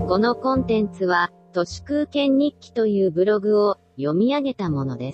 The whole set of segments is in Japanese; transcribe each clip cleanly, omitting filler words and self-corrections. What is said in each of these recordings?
このコンテンツは、都市空間日記というブログを読み上げたものです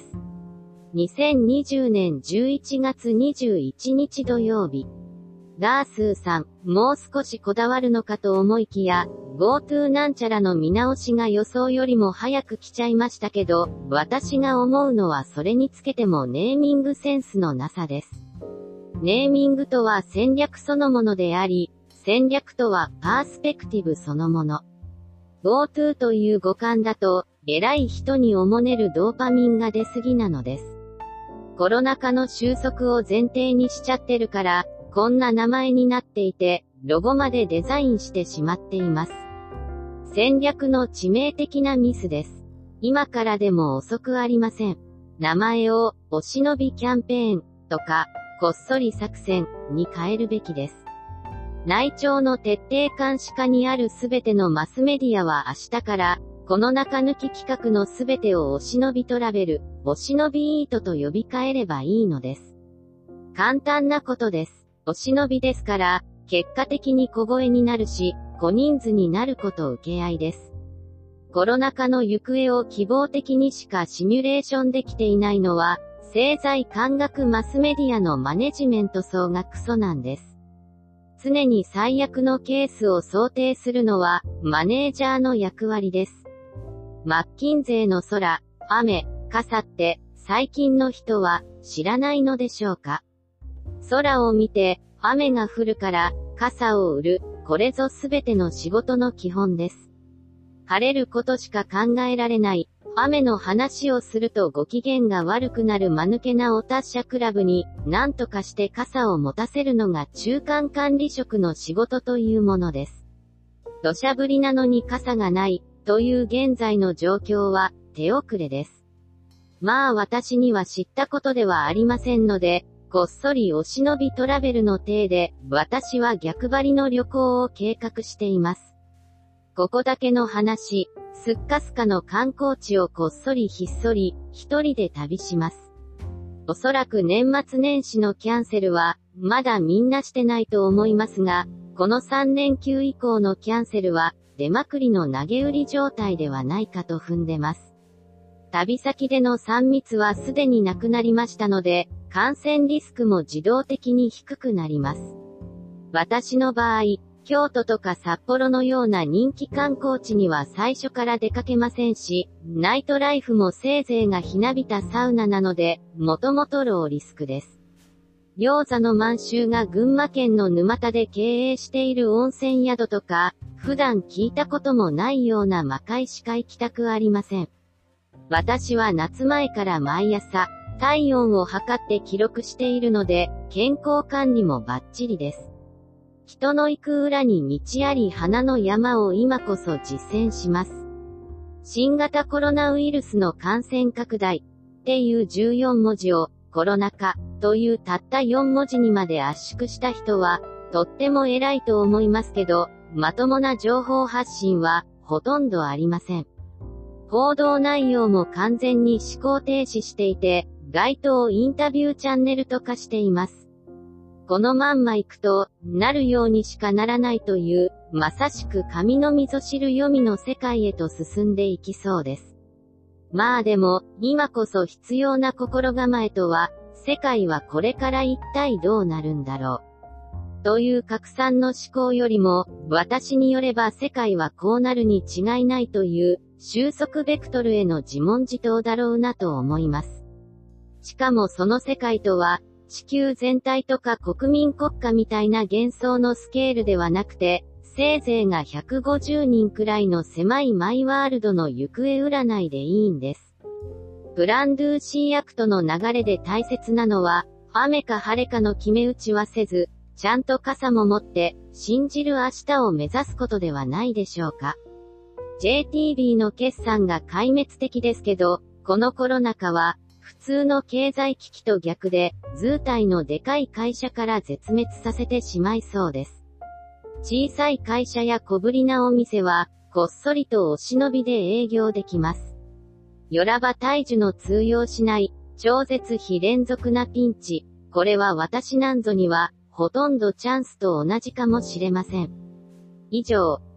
。2020年11月21日土曜日。ガースーさん、もう少しこだわるのかと思いきや、GoTo なんちゃらの見直しが予想よりも早く来ちゃいましたけど、私が思うのはそれにつけてもネーミングセンスのなさです。ネーミングとは戦略そのものであり、戦略とはパースペクティブそのもの。GoTo という語感だと、偉い人におもねるドーパミンが出過ぎなのです。コロナ禍の収束を前提にしちゃってるから、こんな名前になっていて、ロゴまでデザインしてしまっています。戦略の致命的なミスです。今からでも遅くありません。名前を、お忍びキャンペーン、とか、こっそり作戦、に変えるべきです。内調の徹底監視下にあるすべてのマスメディアは明日から、この中抜き企画のすべてをお忍びトラベル、お忍びイートと呼び替えればいいのです。簡単なことです。お忍びですから、結果的に小声になるし、小人数になること受け合いです。コロナ禍の行方を希望的にしかシミュレーションできていないのは、政財官学マスメディアのマネジメント層がクソなんです。常に最悪のケースを想定するのは、マネージャーの役割です。マッキンゼーの空、雨、傘って、最近の人は、知らないのでしょうか？空を見て、雨が降るから、傘を売る、これぞすべての仕事の基本です。晴れることしか考えられない、雨の話をするとご機嫌が悪くなる間抜けなお達者クラブに、何とかして傘を持たせるのが中間管理職の仕事というものです。土砂降りなのに傘がない、という現在の状況は、手遅れです。まあ私には知ったことではありませんので、こっそりお忍びトラベルの体で、私は逆張りの旅行を計画しています。ここだけの話、すっかすかの観光地をこっそりひっそり、一人で旅します。おそらく年末年始のキャンセルは、まだみんなしてないと思いますが、この3連休以降のキャンセルは、出まくりの投げ売り状態ではないかと踏んでます。旅先での3密はすでになくなりましたので、感染リスクも自動的に低くなります。私の場合、京都とか札幌のような人気観光地には最初から出かけませんし、ナイトライフもせいぜいがひなびたサウナなので、もともとローリスクです。餃子の満州が群馬県の沼田で経営している温泉宿とか、普段聞いたこともないような魔界しか行きたくありません。私は夏前から毎朝、体温を測って記録しているので、健康管理もバッチリです。人の行く裏に道あり花の山を今こそ実践します。新型コロナウイルスの感染拡大っていう14文字をコロナ禍というたった4文字にまで圧縮した人はとっても偉いと思いますけど、まともな情報発信はほとんどありません。報道内容も完全に思考停止していて、街頭インタビューチャンネルと化しています。このまんま行くと、なるようにしかならないという、まさしく神の味噌汁読みの世界へと進んでいきそうです。まあでも、今こそ必要な心構えとは、世界はこれから一体どうなるんだろう。という拡散の思考よりも、私によれば世界はこうなるに違いないという、収束ベクトルへの自問自答だろうなと思います。しかもその世界とは、地球全体とか国民国家みたいな幻想のスケールではなくて、せいぜいが150人くらいの狭いマイワールドの行方占いでいいんです。プランドゥーシーアクトの流れで大切なのは、雨か晴れかの決め打ちはせず、ちゃんと傘も持って、信じる明日を目指すことではないでしょうか。JTB の決算が壊滅的ですけど、このコロナ禍は、普通の経済危機と逆で、図体のでかい会社から絶滅させてしまいそうです。小さい会社や小ぶりなお店は、こっそりとお忍びで営業できます。よらば大樹の通用しない、超絶非連続なピンチ。これは私なんぞには、ほとんどチャンスと同じかもしれません。以上、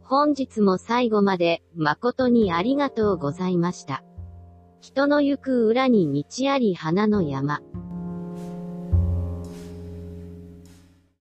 本日も最後まで誠にありがとうございました。人の行く裏に道あり花の山。